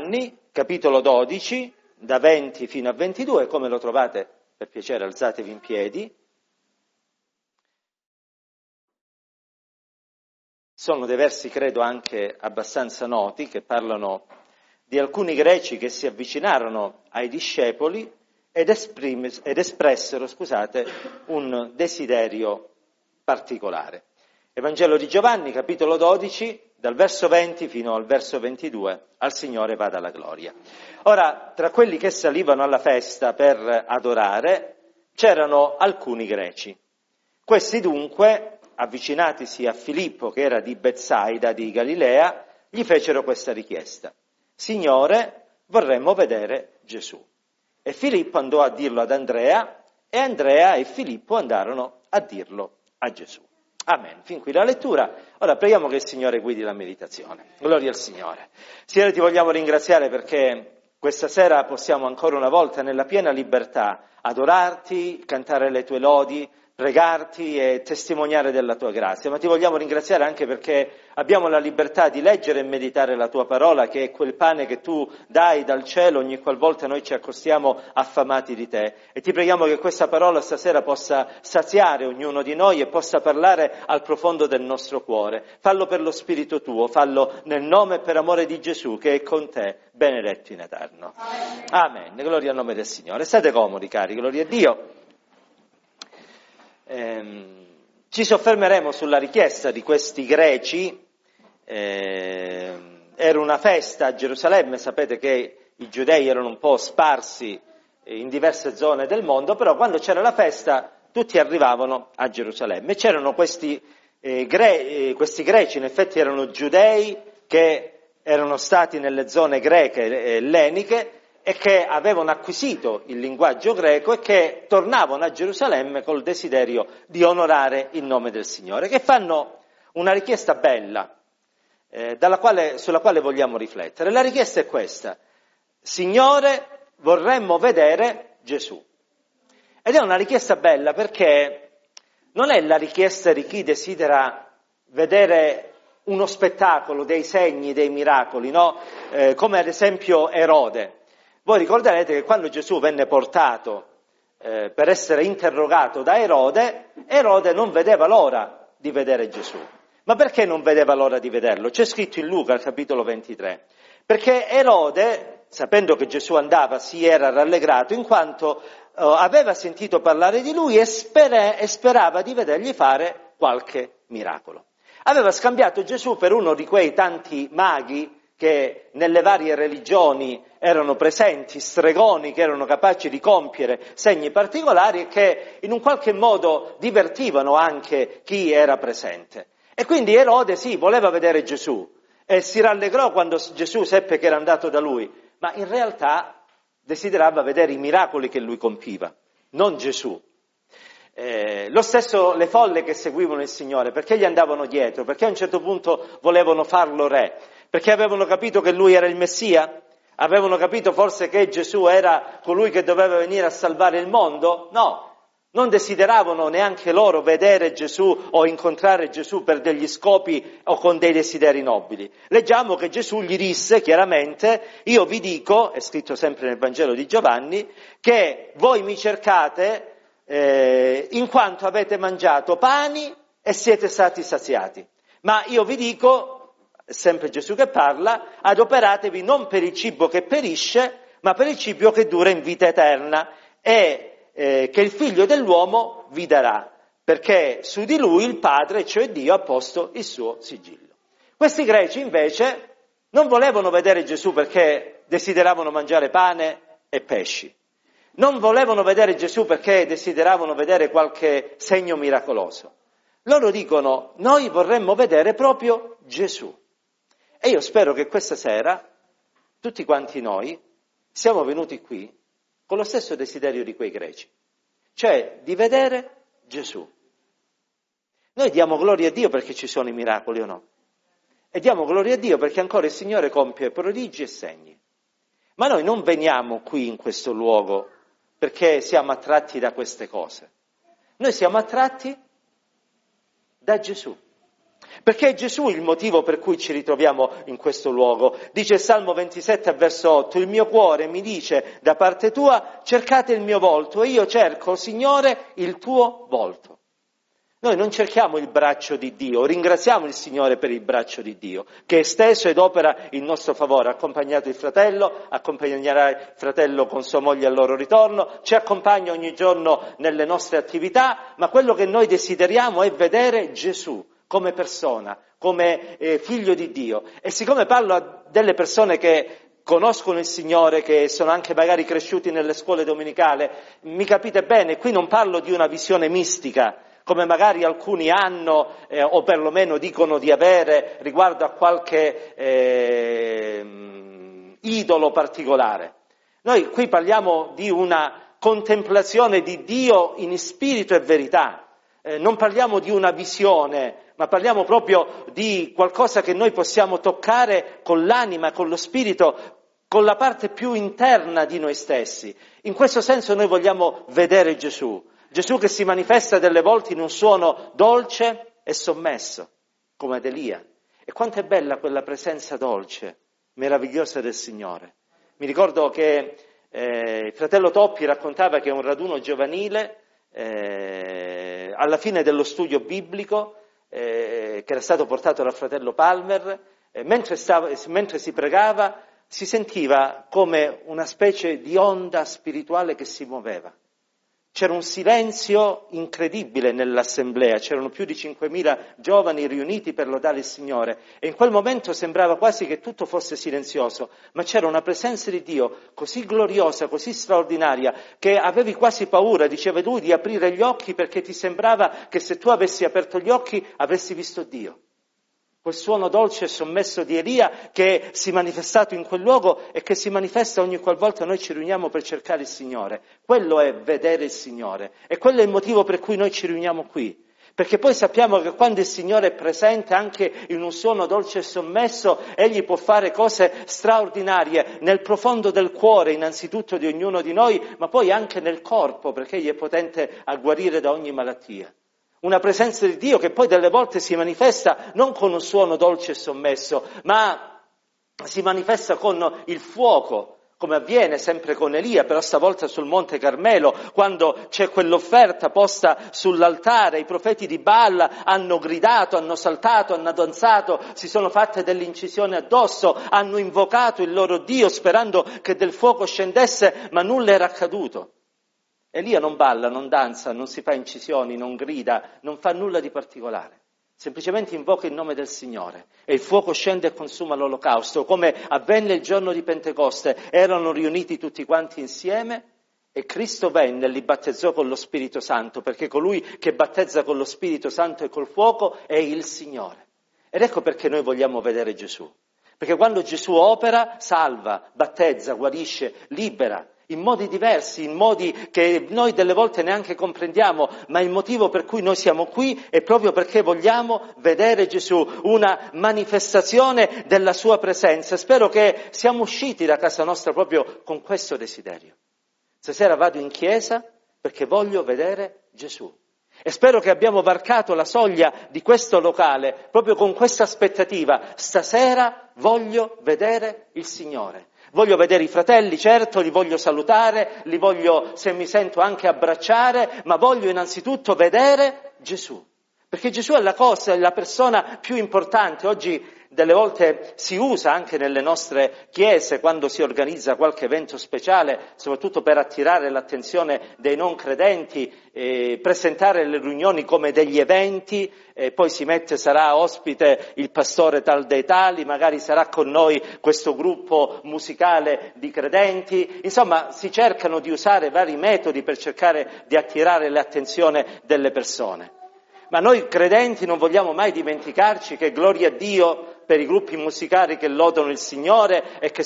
Giovanni, capitolo 12, da 20 fino a 22, come lo trovate, per piacere alzatevi in piedi. Sono dei versi, credo, anche abbastanza noti, che parlano di alcuni greci che si avvicinarono ai discepoli ed espressero, un desiderio particolare. Evangelo di Giovanni, capitolo 12, dal verso 20 fino al verso 22, al Signore vada la gloria. Ora, tra quelli che salivano alla festa per adorare, c'erano alcuni greci. Questi dunque, avvicinatisi a Filippo, che era di Betsaida, di Galilea, gli fecero questa richiesta: Signore, vorremmo vedere Gesù. E Filippo andò a dirlo ad Andrea, e Andrea e Filippo andarono a dirlo a Gesù. Amen. Fin qui la lettura. Ora preghiamo che il Signore guidi la meditazione. Gloria al Signore. Signore, ti vogliamo ringraziare perché questa sera possiamo ancora una volta nella piena libertà adorarti, cantare le tue lodi, pregarti e testimoniare della tua grazia, ma ti vogliamo ringraziare anche perché abbiamo la libertà di leggere e meditare la tua parola, che è quel pane che tu dai dal cielo ogni qualvolta noi ci accostiamo affamati di te. E ti preghiamo che questa parola stasera possa saziare ognuno di noi e possa parlare al profondo del nostro cuore. Fallo per lo Spirito tuo, fallo nel nome e per amore di Gesù, che è con te, benedetto in eterno. Amen. Gloria al nome del Signore. State comodi, cari, gloria a Dio. Ci soffermeremo sulla richiesta di questi greci. Era una festa a Gerusalemme, sapete che i giudei erano un po' sparsi in diverse zone del mondo, però quando c'era la festa tutti arrivavano a Gerusalemme. C'erano questi greci, in effetti erano giudei che erano stati nelle zone greche e elleniche, e che avevano acquisito il linguaggio greco e che tornavano a Gerusalemme col desiderio di onorare il nome del Signore, che fanno una richiesta bella, sulla quale vogliamo riflettere. La richiesta è questa: Signore, vorremmo vedere Gesù. Ed è una richiesta bella perché non è la richiesta di chi desidera vedere uno spettacolo, dei segni, dei miracoli, no? Come ad esempio Erode. Voi ricorderete che quando Gesù venne portato per essere interrogato da Erode, Erode non vedeva l'ora di vedere Gesù. Ma perché non vedeva l'ora di vederlo? C'è scritto in Luca, al capitolo 23. Perché Erode, sapendo che Gesù andava, si era rallegrato in quanto aveva sentito parlare di lui e sperava di vedergli fare qualche miracolo. Aveva scambiato Gesù per uno di quei tanti maghi che nelle varie religioni erano presenti, stregoni che erano capaci di compiere segni particolari e che in un qualche modo divertivano anche chi era presente. E quindi Erode voleva vedere Gesù e si rallegrò quando Gesù seppe che era andato da lui, ma in realtà desiderava vedere i miracoli che lui compiva, non Gesù. Lo stesso le folle che seguivano il Signore, perché gli andavano dietro? Perché a un certo punto volevano farlo re? Perché avevano capito che lui era il Messia? Avevano capito forse che Gesù era colui che doveva venire a salvare il mondo? No, non desideravano neanche loro vedere Gesù o incontrare Gesù per degli scopi o con dei desideri nobili. Leggiamo che Gesù gli disse chiaramente: io vi dico, è scritto sempre nel Vangelo di Giovanni, che voi mi cercate in quanto avete mangiato pani e siete stati saziati. Ma io vi dico, è sempre Gesù che parla, adoperatevi non per il cibo che perisce, ma per il cibo che dura in vita eterna e che il Figlio dell'uomo vi darà, perché su di lui il Padre, cioè Dio, ha posto il suo sigillo. Questi greci invece non volevano vedere Gesù perché desideravano mangiare pane e pesci. Non volevano vedere Gesù perché desideravano vedere qualche segno miracoloso. Loro dicono: noi vorremmo vedere proprio Gesù. E io spero che questa sera tutti quanti noi siamo venuti qui con lo stesso desiderio di quei greci, cioè di vedere Gesù. Noi diamo gloria a Dio perché ci sono i miracoli o no? E diamo gloria a Dio perché ancora il Signore compie prodigi e segni. Ma noi non veniamo qui in questo luogo perché siamo attratti da queste cose. Noi siamo attratti da Gesù. Perché è Gesù il motivo per cui ci ritroviamo in questo luogo. Dice il Salmo 27 verso 8, il mio cuore mi dice da parte tua cercate il mio volto e io cerco, Signore, il tuo volto. Noi non cerchiamo il braccio di Dio, ringraziamo il Signore per il braccio di Dio, che è steso ed opera in nostro favore. Ha accompagnato il fratello, accompagnerà il fratello con sua moglie al loro ritorno, ci accompagna ogni giorno nelle nostre attività, ma quello che noi desideriamo è vedere Gesù come persona, come figlio di Dio. E siccome parlo a delle persone che conoscono il Signore, che sono anche magari cresciuti nelle scuole domenicali, mi capite bene, qui non parlo di una visione mistica, come magari alcuni hanno o perlomeno dicono di avere riguardo a qualche idolo particolare. Noi qui parliamo di una contemplazione di Dio in spirito e verità, non parliamo di una visione, ma parliamo proprio di qualcosa che noi possiamo toccare con l'anima, con lo spirito, con la parte più interna di noi stessi. In questo senso noi vogliamo vedere Gesù. Gesù che si manifesta delle volte in un suono dolce e sommesso, come ad Elia. E quanto è bella quella presenza dolce, meravigliosa del Signore. Mi ricordo che il fratello Toppi raccontava che un raduno giovanile, alla fine dello studio biblico, che era stato portato dal fratello Palmer, mentre si pregava, si sentiva come una specie di onda spirituale che si muoveva. C'era un silenzio incredibile nell'assemblea, c'erano più di 5.000 giovani riuniti per lodare il Signore e in quel momento sembrava quasi che tutto fosse silenzioso, ma c'era una presenza di Dio così gloriosa, così straordinaria, che avevi quasi paura, diceva lui, di aprire gli occhi perché ti sembrava che se tu avessi aperto gli occhi avresti visto Dio. Quel suono dolce e sommesso di Elia che si è manifestato in quel luogo e che si manifesta ogni qualvolta noi ci riuniamo per cercare il Signore. Quello è vedere il Signore e quello è il motivo per cui noi ci riuniamo qui. Perché poi sappiamo che quando il Signore è presente anche in un suono dolce e sommesso, Egli può fare cose straordinarie nel profondo del cuore, innanzitutto di ognuno di noi, ma poi anche nel corpo, perché Egli è potente a guarire da ogni malattia. Una presenza di Dio che poi delle volte si manifesta non con un suono dolce e sommesso, ma si manifesta con il fuoco, come avviene sempre con Elia, però stavolta sul Monte Carmelo, quando c'è quell'offerta posta sull'altare, i profeti di Baal hanno gridato, hanno saltato, hanno danzato, si sono fatte delle incisioni addosso, hanno invocato il loro Dio sperando che del fuoco scendesse, ma nulla era accaduto. Elia non balla, non danza, non si fa incisioni, non grida, non fa nulla di particolare. Semplicemente invoca il nome del Signore e il fuoco scende e consuma l'olocausto, come avvenne il giorno di Pentecoste. Erano riuniti tutti quanti insieme e Cristo venne e li battezzò con lo Spirito Santo, perché colui che battezza con lo Spirito Santo e col fuoco è il Signore. Ed ecco perché noi vogliamo vedere Gesù. Perché quando Gesù opera, salva, battezza, guarisce, libera, in modi diversi, in modi che noi delle volte neanche comprendiamo, ma il motivo per cui noi siamo qui è proprio perché vogliamo vedere Gesù, una manifestazione della sua presenza. Spero che siamo usciti da casa nostra proprio con questo desiderio. Stasera vado in chiesa perché voglio vedere Gesù. E spero che abbiamo varcato la soglia di questo locale proprio con questa aspettativa. Stasera voglio vedere il Signore. Voglio vedere i fratelli, certo, li voglio salutare, li voglio, se mi sento, anche abbracciare, ma voglio innanzitutto vedere Gesù. Perché Gesù è la persona più importante. Oggi delle volte si usa anche nelle nostre chiese quando si organizza qualche evento speciale, soprattutto per attirare l'attenzione dei non credenti, presentare le riunioni come degli eventi, poi si mette, sarà ospite il pastore tal dei tali, magari sarà con noi questo gruppo musicale di credenti. Insomma, si cercano di usare vari metodi per cercare di attirare l'attenzione delle persone. Ma noi credenti non vogliamo mai dimenticarci che gloria a Dio per i gruppi musicali che lodano il Signore e che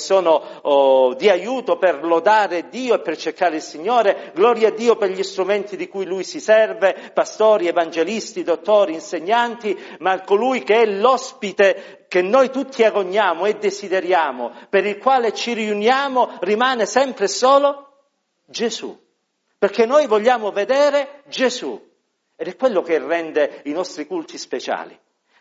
sono di aiuto per lodare Dio e per cercare il Signore. Gloria a Dio per gli strumenti di cui Lui si serve, pastori, evangelisti, dottori, insegnanti, ma colui che è l'ospite che noi tutti agogniamo e desideriamo, per il quale ci riuniamo, rimane sempre solo Gesù. Perché noi vogliamo vedere Gesù. Ed è quello che rende i nostri culti speciali.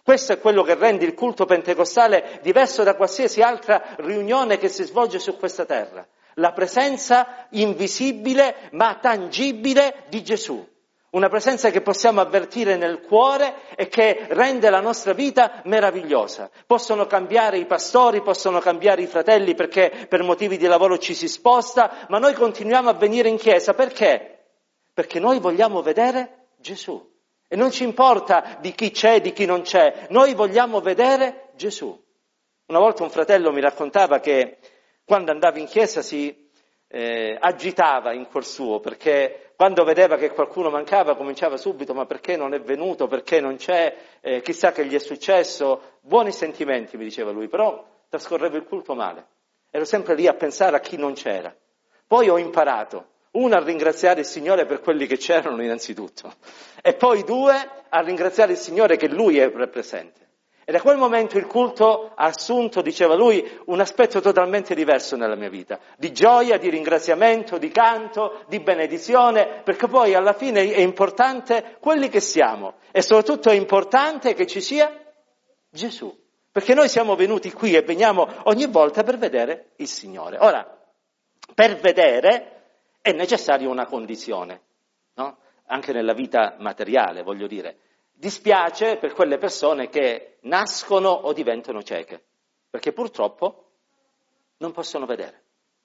Questo è quello che rende il culto pentecostale diverso da qualsiasi altra riunione che si svolge su questa terra. La presenza invisibile ma tangibile di Gesù. Una presenza che possiamo avvertire nel cuore e che rende la nostra vita meravigliosa. Possono cambiare i pastori, possono cambiare i fratelli perché per motivi di lavoro ci si sposta, ma noi continuiamo a venire in chiesa. Perché? Perché noi vogliamo vedere Gesù. E non ci importa di chi c'è, di chi non c'è. Noi vogliamo vedere Gesù. Una volta un fratello mi raccontava che quando andava in chiesa si agitava in cuor suo, perché quando vedeva che qualcuno mancava cominciava subito: ma perché non è venuto, perché non c'è, chissà che gli è successo. Buoni sentimenti, mi diceva lui, però trascorrevo il culto male. Ero sempre lì a pensare a chi non c'era. Poi ho imparato, uno, a ringraziare il Signore per quelli che c'erano innanzitutto, e poi due, a ringraziare il Signore che Lui è presente. E da quel momento il culto ha assunto, diceva lui, un aspetto totalmente diverso nella mia vita, di gioia, di ringraziamento, di canto, di benedizione, perché poi alla fine è importante quelli che siamo e soprattutto è importante che ci sia Gesù, perché noi siamo venuti qui e veniamo ogni volta per vedere il Signore. Ora, per vedere è necessaria una condizione, no? Anche nella vita materiale, voglio dire. Dispiace per quelle persone che nascono o diventano cieche, perché purtroppo non possono vedere.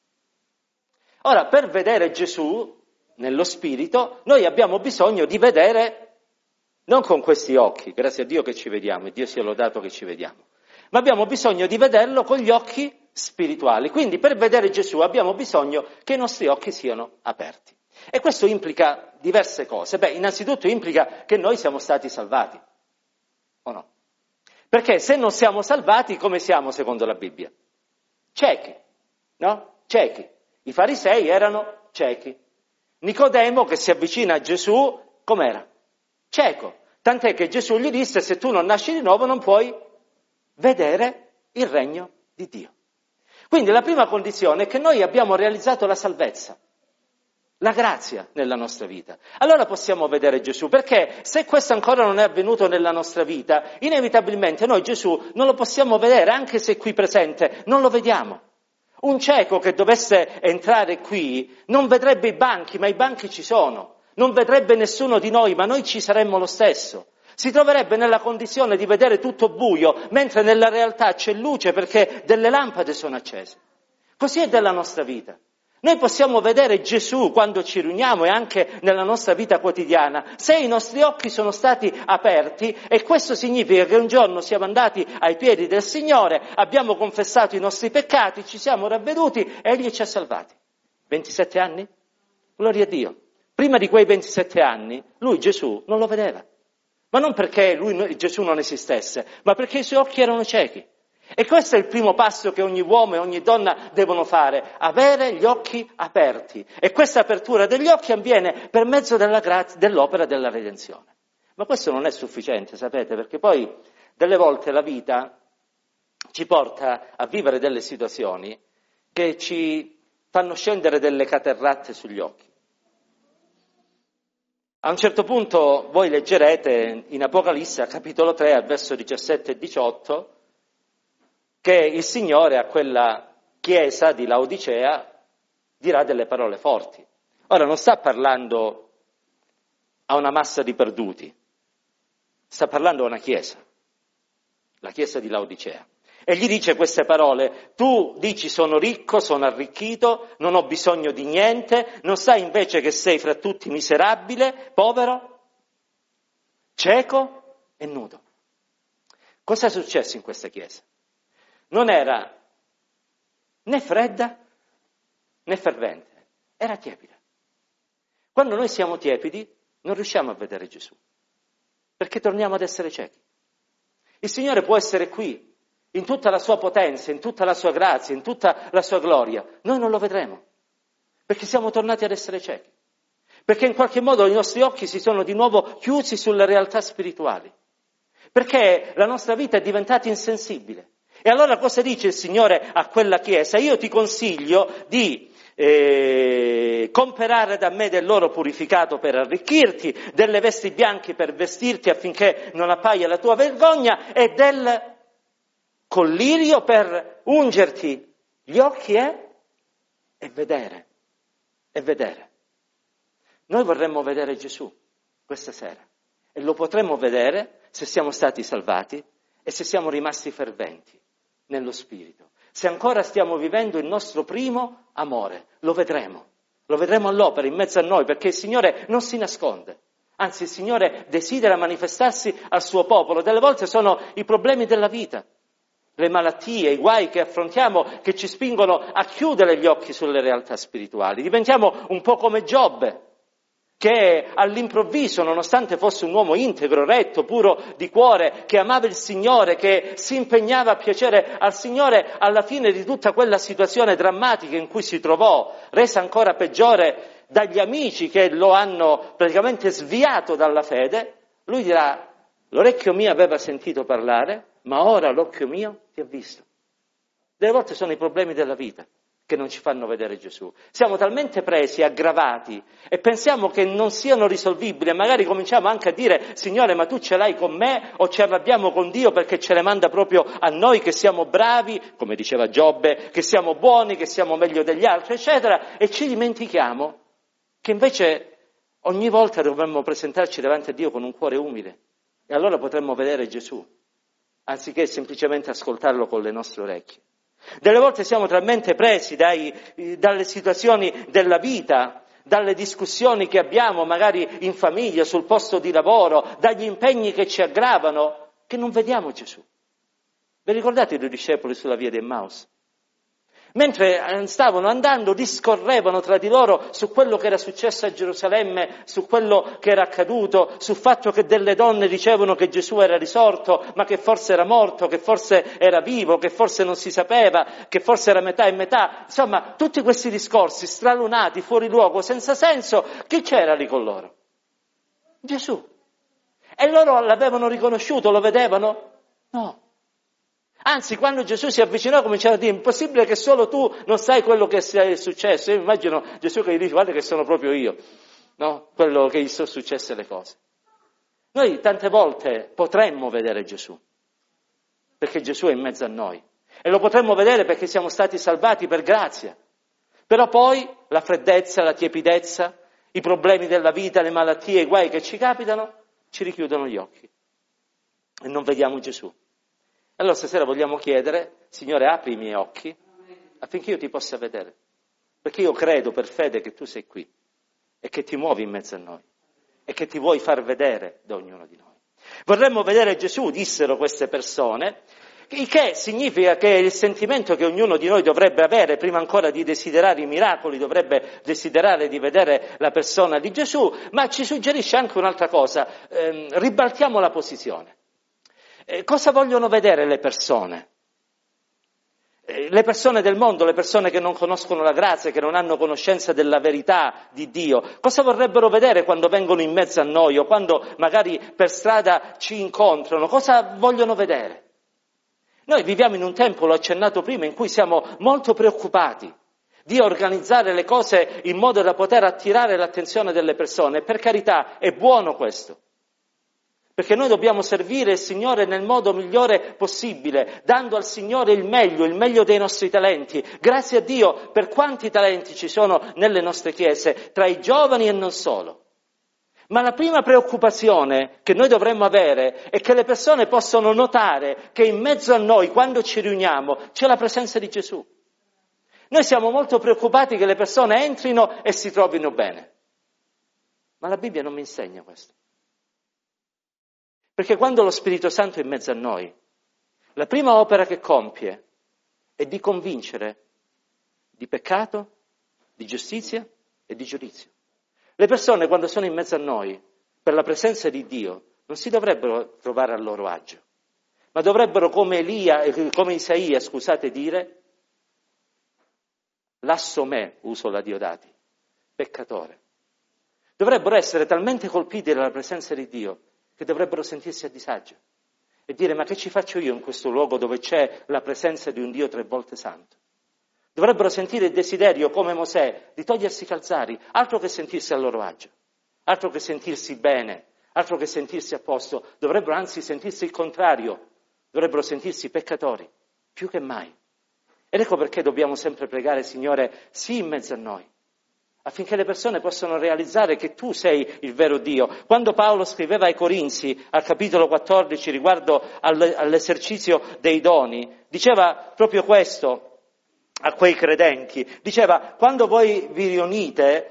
Ora, per vedere Gesù nello Spirito, noi abbiamo bisogno di vedere, non con questi occhi, grazie a Dio che ci vediamo, e Dio sia lodato che ci vediamo, ma abbiamo bisogno di vederlo con gli occhi spirituali. Quindi per vedere Gesù abbiamo bisogno che i nostri occhi siano aperti. E questo implica diverse cose. Innanzitutto implica che noi siamo stati salvati, o no? Perché se non siamo salvati, come siamo secondo la Bibbia? Ciechi, no? Ciechi. I farisei erano ciechi. Nicodemo, che si avvicina a Gesù, com'era? Cieco. Tant'è che Gesù gli disse: se tu non nasci di nuovo non puoi vedere il regno di Dio. Quindi la prima condizione è che noi abbiamo realizzato la salvezza, la grazia nella nostra vita. Allora possiamo vedere Gesù, perché se questo ancora non è avvenuto nella nostra vita, inevitabilmente noi Gesù non lo possiamo vedere, anche se qui presente, non lo vediamo. Un cieco che dovesse entrare qui non vedrebbe i banchi, ma i banchi ci sono. Non vedrebbe nessuno di noi, ma noi ci saremmo lo stesso. Si troverebbe nella condizione di vedere tutto buio, mentre nella realtà c'è luce perché delle lampade sono accese. Così è della nostra vita. Noi possiamo vedere Gesù quando ci riuniamo e anche nella nostra vita quotidiana, se i nostri occhi sono stati aperti, e questo significa che un giorno siamo andati ai piedi del Signore, abbiamo confessato i nostri peccati, ci siamo ravveduti e Egli ci ha salvati. 27 anni? Gloria a Dio. Prima di quei 27 anni, lui Gesù non lo vedeva. Ma non perché Gesù non esistesse, ma perché i suoi occhi erano ciechi. E questo è il primo passo che ogni uomo e ogni donna devono fare, avere gli occhi aperti. E questa apertura degli occhi avviene per mezzo dell'opera della redenzione. Ma questo non è sufficiente, sapete, perché poi delle volte la vita ci porta a vivere delle situazioni che ci fanno scendere delle cataratte sugli occhi. A un certo punto voi leggerete in Apocalisse, capitolo 3, al verso 17 e 18, che il Signore a quella chiesa di Laodicea dirà delle parole forti. Ora non sta parlando a una massa di perduti, sta parlando a una chiesa, la chiesa di Laodicea. E gli dice queste parole: tu dici sono ricco, sono arricchito, non ho bisogno di niente, non sai invece che sei fra tutti miserabile, povero, cieco e nudo. Cosa è successo in questa chiesa? Non era né fredda né fervente, era tiepida. Quando noi siamo tiepidi non riusciamo a vedere Gesù, perché torniamo ad essere ciechi. Il Signore può essere qui, in tutta la sua potenza, in tutta la sua grazia, in tutta la sua gloria. Noi non lo vedremo, perché siamo tornati ad essere ciechi. Perché in qualche modo i nostri occhi si sono di nuovo chiusi sulle realtà spirituali. Perché la nostra vita è diventata insensibile. E allora cosa dice il Signore a quella chiesa? Io ti consiglio di comperare da me dell'oro purificato per arricchirti, delle vesti bianche per vestirti affinché non appaia la tua vergogna e del collirio per ungerti gli occhi e vedere. E vedere. Noi vorremmo vedere Gesù questa sera e lo potremmo vedere se siamo stati salvati e se siamo rimasti ferventi nello Spirito. Se ancora stiamo vivendo il nostro primo amore, lo vedremo all'opera in mezzo a noi, perché il Signore non si nasconde, anzi il Signore desidera manifestarsi al suo popolo. Delle volte sono i problemi della vita, le malattie, i guai che affrontiamo che ci spingono a chiudere gli occhi sulle realtà spirituali. Diventiamo un po' come Giobbe, che all'improvviso, nonostante fosse un uomo integro, retto, puro di cuore, che amava il Signore, che si impegnava a piacere al Signore, alla fine di tutta quella situazione drammatica in cui si trovò, resa ancora peggiore dagli amici che lo hanno praticamente sviato dalla fede, lui dirà: l'orecchio mio aveva sentito parlare, ma ora l'occhio mio ti ha visto. Delle volte sono i problemi della vita che non ci fanno vedere Gesù. Siamo talmente presi, aggravati e pensiamo che non siano risolvibili e magari cominciamo anche a dire: Signore, ma tu ce l'hai con me, o ci arrabbiamo con Dio perché ce le manda proprio a noi che siamo bravi, come diceva Giobbe, che siamo buoni, che siamo meglio degli altri, eccetera, e ci dimentichiamo che invece ogni volta dovremmo presentarci davanti a Dio con un cuore umile e allora potremmo vedere Gesù, anziché semplicemente ascoltarlo con le nostre orecchie. Delle volte siamo talmente presi dalle situazioni della vita, dalle discussioni che abbiamo magari in famiglia, sul posto di lavoro, dagli impegni che ci aggravano, che non vediamo Gesù. Vi ricordate i 2 discepoli sulla via di Emmaus? Mentre stavano andando, discorrevano tra di loro su quello che era successo a Gerusalemme, su quello che era accaduto, sul fatto che delle donne dicevano che Gesù era risorto, ma che forse era morto, che forse era vivo, che forse non si sapeva, che forse era metà e metà. Insomma, tutti questi discorsi stralunati, fuori luogo, senza senso. Chi c'era lì con loro? Gesù. E loro l'avevano riconosciuto, lo vedevano? No. Anzi, quando Gesù si avvicinò cominciarono a dire: è impossibile che solo tu non sai quello che è successo. Io immagino Gesù che gli dice: guarda che sono proprio io, no? Quello che gli sono successe le cose. Noi tante volte potremmo vedere Gesù, perché Gesù è in mezzo a noi. E lo potremmo vedere perché siamo stati salvati per grazia. Però poi la freddezza, la tiepidezza, i problemi della vita, le malattie, i guai che ci capitano, ci richiudono gli occhi. E non vediamo Gesù. Allora stasera vogliamo chiedere: Signore, apri i miei occhi affinché io ti possa vedere, perché io credo per fede che tu sei qui e che ti muovi in mezzo a noi e che ti vuoi far vedere da ognuno di noi. Vorremmo vedere Gesù, dissero queste persone, il che significa che il sentimento che ognuno di noi dovrebbe avere, prima ancora di desiderare i miracoli, dovrebbe desiderare di vedere la persona di Gesù, ma ci suggerisce anche un'altra cosa: ribaltiamo la posizione. Cosa vogliono vedere le persone? Le persone del mondo, le persone che non conoscono la grazia, che non hanno conoscenza della verità di Dio, cosa vorrebbero vedere quando vengono in mezzo a noi o quando magari per strada ci incontrano? Cosa vogliono vedere? Noi viviamo in un tempo, l'ho accennato prima, in cui siamo molto preoccupati di organizzare le cose in modo da poter attirare l'attenzione delle persone. Per carità, è buono questo. Perché noi dobbiamo servire il Signore nel modo migliore possibile, dando al Signore il meglio dei nostri talenti. Grazie a Dio per quanti talenti ci sono nelle nostre chiese, tra i giovani e non solo. Ma la prima preoccupazione che noi dovremmo avere è che le persone possano notare che in mezzo a noi, quando ci riuniamo, c'è la presenza di Gesù. Noi siamo molto preoccupati che le persone entrino e si trovino bene. Ma la Bibbia non mi insegna questo. Perché quando lo Spirito Santo è in mezzo a noi, la prima opera che compie è di convincere di peccato, di giustizia e di giudizio. Le persone quando sono in mezzo a noi, per la presenza di Dio, non si dovrebbero trovare a loro agio, ma dovrebbero come Isaia, dire: lasso me, uso la Diodati, peccatore. Dovrebbero essere talmente colpiti dalla presenza di Dio che dovrebbero sentirsi a disagio e dire: ma che ci faccio io in questo luogo dove c'è la presenza di un Dio 3 volte santo? Dovrebbero sentire il desiderio, come Mosè, di togliersi i calzari, altro che sentirsi a loro agio, altro che sentirsi bene, altro che sentirsi a posto. Dovrebbero anzi sentirsi il contrario, dovrebbero sentirsi peccatori, più che mai. Ed ecco perché dobbiamo sempre pregare, Signore, sii in mezzo a noi, affinché le persone possano realizzare che tu sei il vero Dio. Quando Paolo scriveva ai Corinzi, al capitolo 14, riguardo all'esercizio dei doni, diceva proprio questo a quei credenti. Diceva, quando voi vi riunite,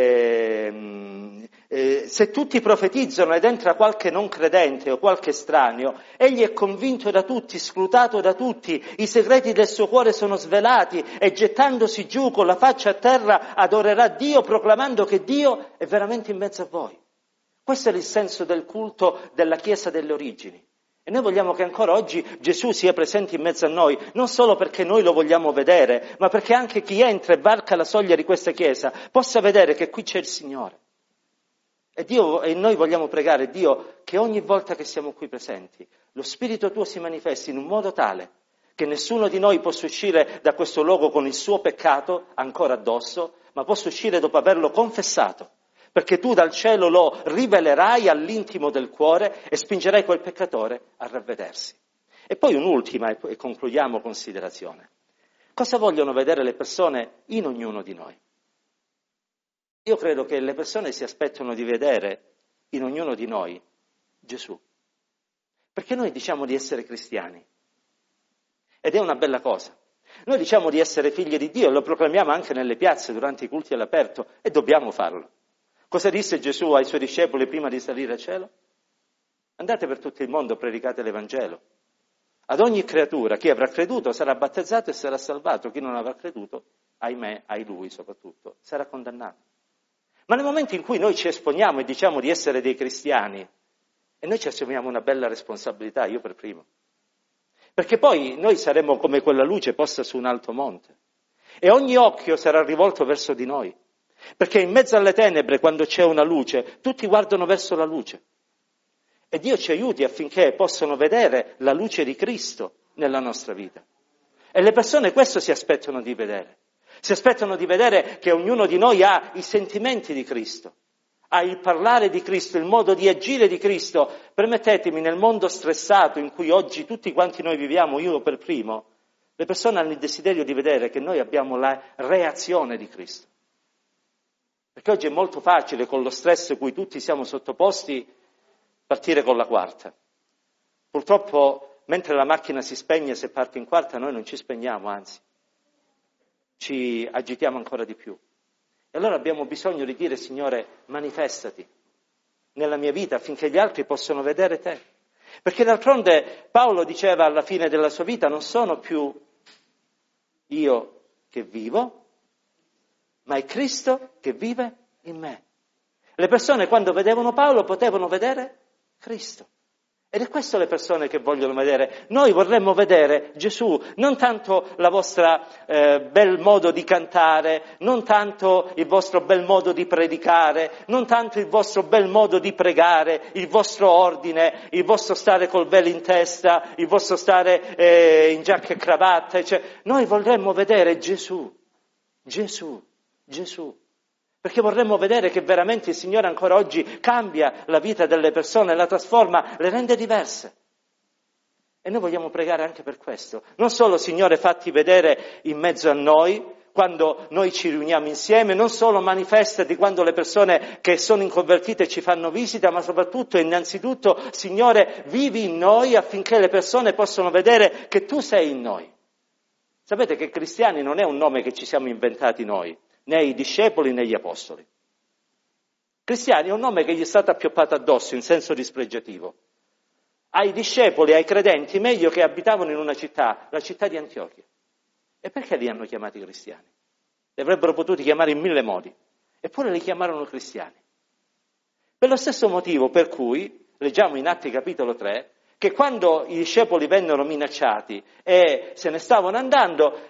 se tutti profetizzano ed entra qualche non credente o qualche estraneo, egli è convinto da tutti, scrutato da tutti, i segreti del suo cuore sono svelati e gettandosi giù con la faccia a terra adorerà Dio proclamando che Dio è veramente in mezzo a voi. Questo è il senso del culto della Chiesa delle origini. E noi vogliamo che ancora oggi Gesù sia presente in mezzo a noi, non solo perché noi lo vogliamo vedere, ma perché anche chi entra e varca la soglia di questa Chiesa possa vedere che qui c'è il Signore. E noi vogliamo pregare Dio che ogni volta che siamo qui presenti, lo Spirito tuo si manifesti in un modo tale che nessuno di noi possa uscire da questo luogo con il suo peccato ancora addosso, ma possa uscire dopo averlo confessato. Perché tu dal cielo lo rivelerai all'intimo del cuore e spingerai quel peccatore a ravvedersi. E poi un'ultima, e concludiamo, considerazione. Cosa vogliono vedere le persone in ognuno di noi? Io credo che le persone si aspettano di vedere in ognuno di noi Gesù. Perché noi diciamo di essere cristiani. Ed è una bella cosa. Noi diciamo di essere figli di Dio e lo proclamiamo anche nelle piazze durante i culti all'aperto e dobbiamo farlo. Cosa disse Gesù ai suoi discepoli prima di salire al cielo? Andate per tutto il mondo, predicate l'Evangelo. Ad ogni creatura, chi avrà creduto sarà battezzato e sarà salvato, chi non avrà creduto, ahimè, ai lui soprattutto, sarà condannato. Ma nel momento in cui noi ci esponiamo e diciamo di essere dei cristiani, e noi ci assumiamo una bella responsabilità, io per primo, perché poi noi saremo come quella luce posta su un alto monte, e ogni occhio sarà rivolto verso di noi. Perché in mezzo alle tenebre, quando c'è una luce, tutti guardano verso la luce. E Dio ci aiuti affinché possano vedere la luce di Cristo nella nostra vita. E le persone questo si aspettano di vedere. Si aspettano di vedere che ognuno di noi ha i sentimenti di Cristo, ha il parlare di Cristo, il modo di agire di Cristo. Permettetemi, nel mondo stressato in cui oggi tutti quanti noi viviamo, io per primo, le persone hanno il desiderio di vedere che noi abbiamo la reazione di Cristo. Perché oggi è molto facile, con lo stress cui tutti siamo sottoposti, partire con la quarta. Purtroppo, mentre la macchina si spegne, se parte in quarta, noi non ci spegniamo, anzi, ci agitiamo ancora di più. E allora abbiamo bisogno di dire, Signore, manifestati nella mia vita affinché gli altri possano vedere te. Perché d'altronde Paolo diceva alla fine della sua vita, non sono più io che vivo, ma è Cristo che vive in me. Le persone quando vedevano Paolo potevano vedere Cristo. Ed è questo le persone che vogliono vedere. Noi vorremmo vedere Gesù, non tanto la vostra bel modo di cantare, non tanto il vostro bel modo di predicare, non tanto il vostro bel modo di pregare, il vostro ordine, il vostro stare col velo in testa, il vostro stare in giacca e cravatta. Cioè, noi vorremmo vedere Gesù, Gesù, Gesù. Perché vorremmo vedere che veramente il Signore ancora oggi cambia la vita delle persone, la trasforma, le rende diverse. E noi vogliamo pregare anche per questo. Non solo, Signore, fatti vedere in mezzo a noi, quando noi ci riuniamo insieme, non solo manifestati quando le persone che sono inconvertite ci fanno visita, ma soprattutto e innanzitutto, Signore, vivi in noi affinché le persone possano vedere che Tu sei in noi. Sapete che cristiani non è un nome che ci siamo inventati noi, né i discepoli né gli apostoli. Cristiani è un nome che gli è stato appioppato addosso in senso dispregiativo. Ai discepoli, ai credenti, meglio che abitavano in una città, la città di Antiochia. E perché li hanno chiamati cristiani? Li avrebbero potuti chiamare in 1000 modi, eppure li chiamarono cristiani. Per lo stesso motivo per cui, leggiamo in Atti capitolo 3, che quando i discepoli vennero minacciati e se ne stavano andando,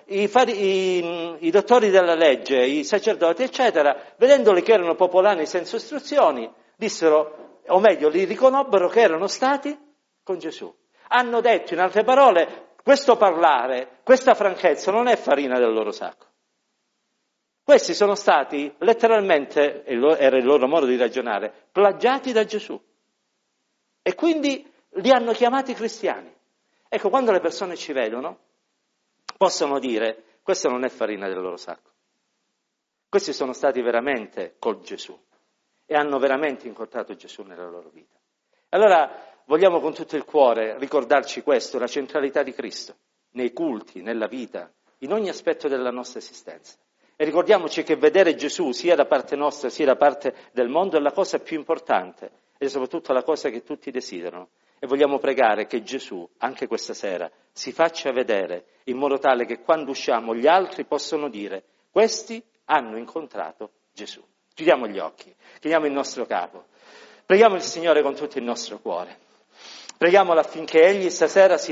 i dottori della legge, i sacerdoti, eccetera, vedendoli che erano popolani senza istruzioni, dissero, o meglio, li riconobbero che erano stati con Gesù. Hanno detto, in altre parole, questo parlare, questa franchezza non è farina del loro sacco. Questi sono stati letteralmente, era il loro modo di ragionare, plagiati da Gesù. E quindi li hanno chiamati cristiani. Ecco, quando le persone ci vedono, possono dire, questa non è farina del loro sacco. Questi sono stati veramente con Gesù e hanno veramente incontrato Gesù nella loro vita. Allora vogliamo con tutto il cuore ricordarci questo, la centralità di Cristo, nei culti, nella vita, in ogni aspetto della nostra esistenza. E ricordiamoci che vedere Gesù sia da parte nostra sia da parte del mondo è la cosa più importante e soprattutto la cosa che tutti desiderano. E vogliamo pregare che Gesù, anche questa sera, si faccia vedere in modo tale che quando usciamo gli altri possono dire questi hanno incontrato Gesù. Chiudiamo gli occhi, chiudiamo il nostro capo, preghiamo il Signore con tutto il nostro cuore, preghiamolo affinché Egli stasera si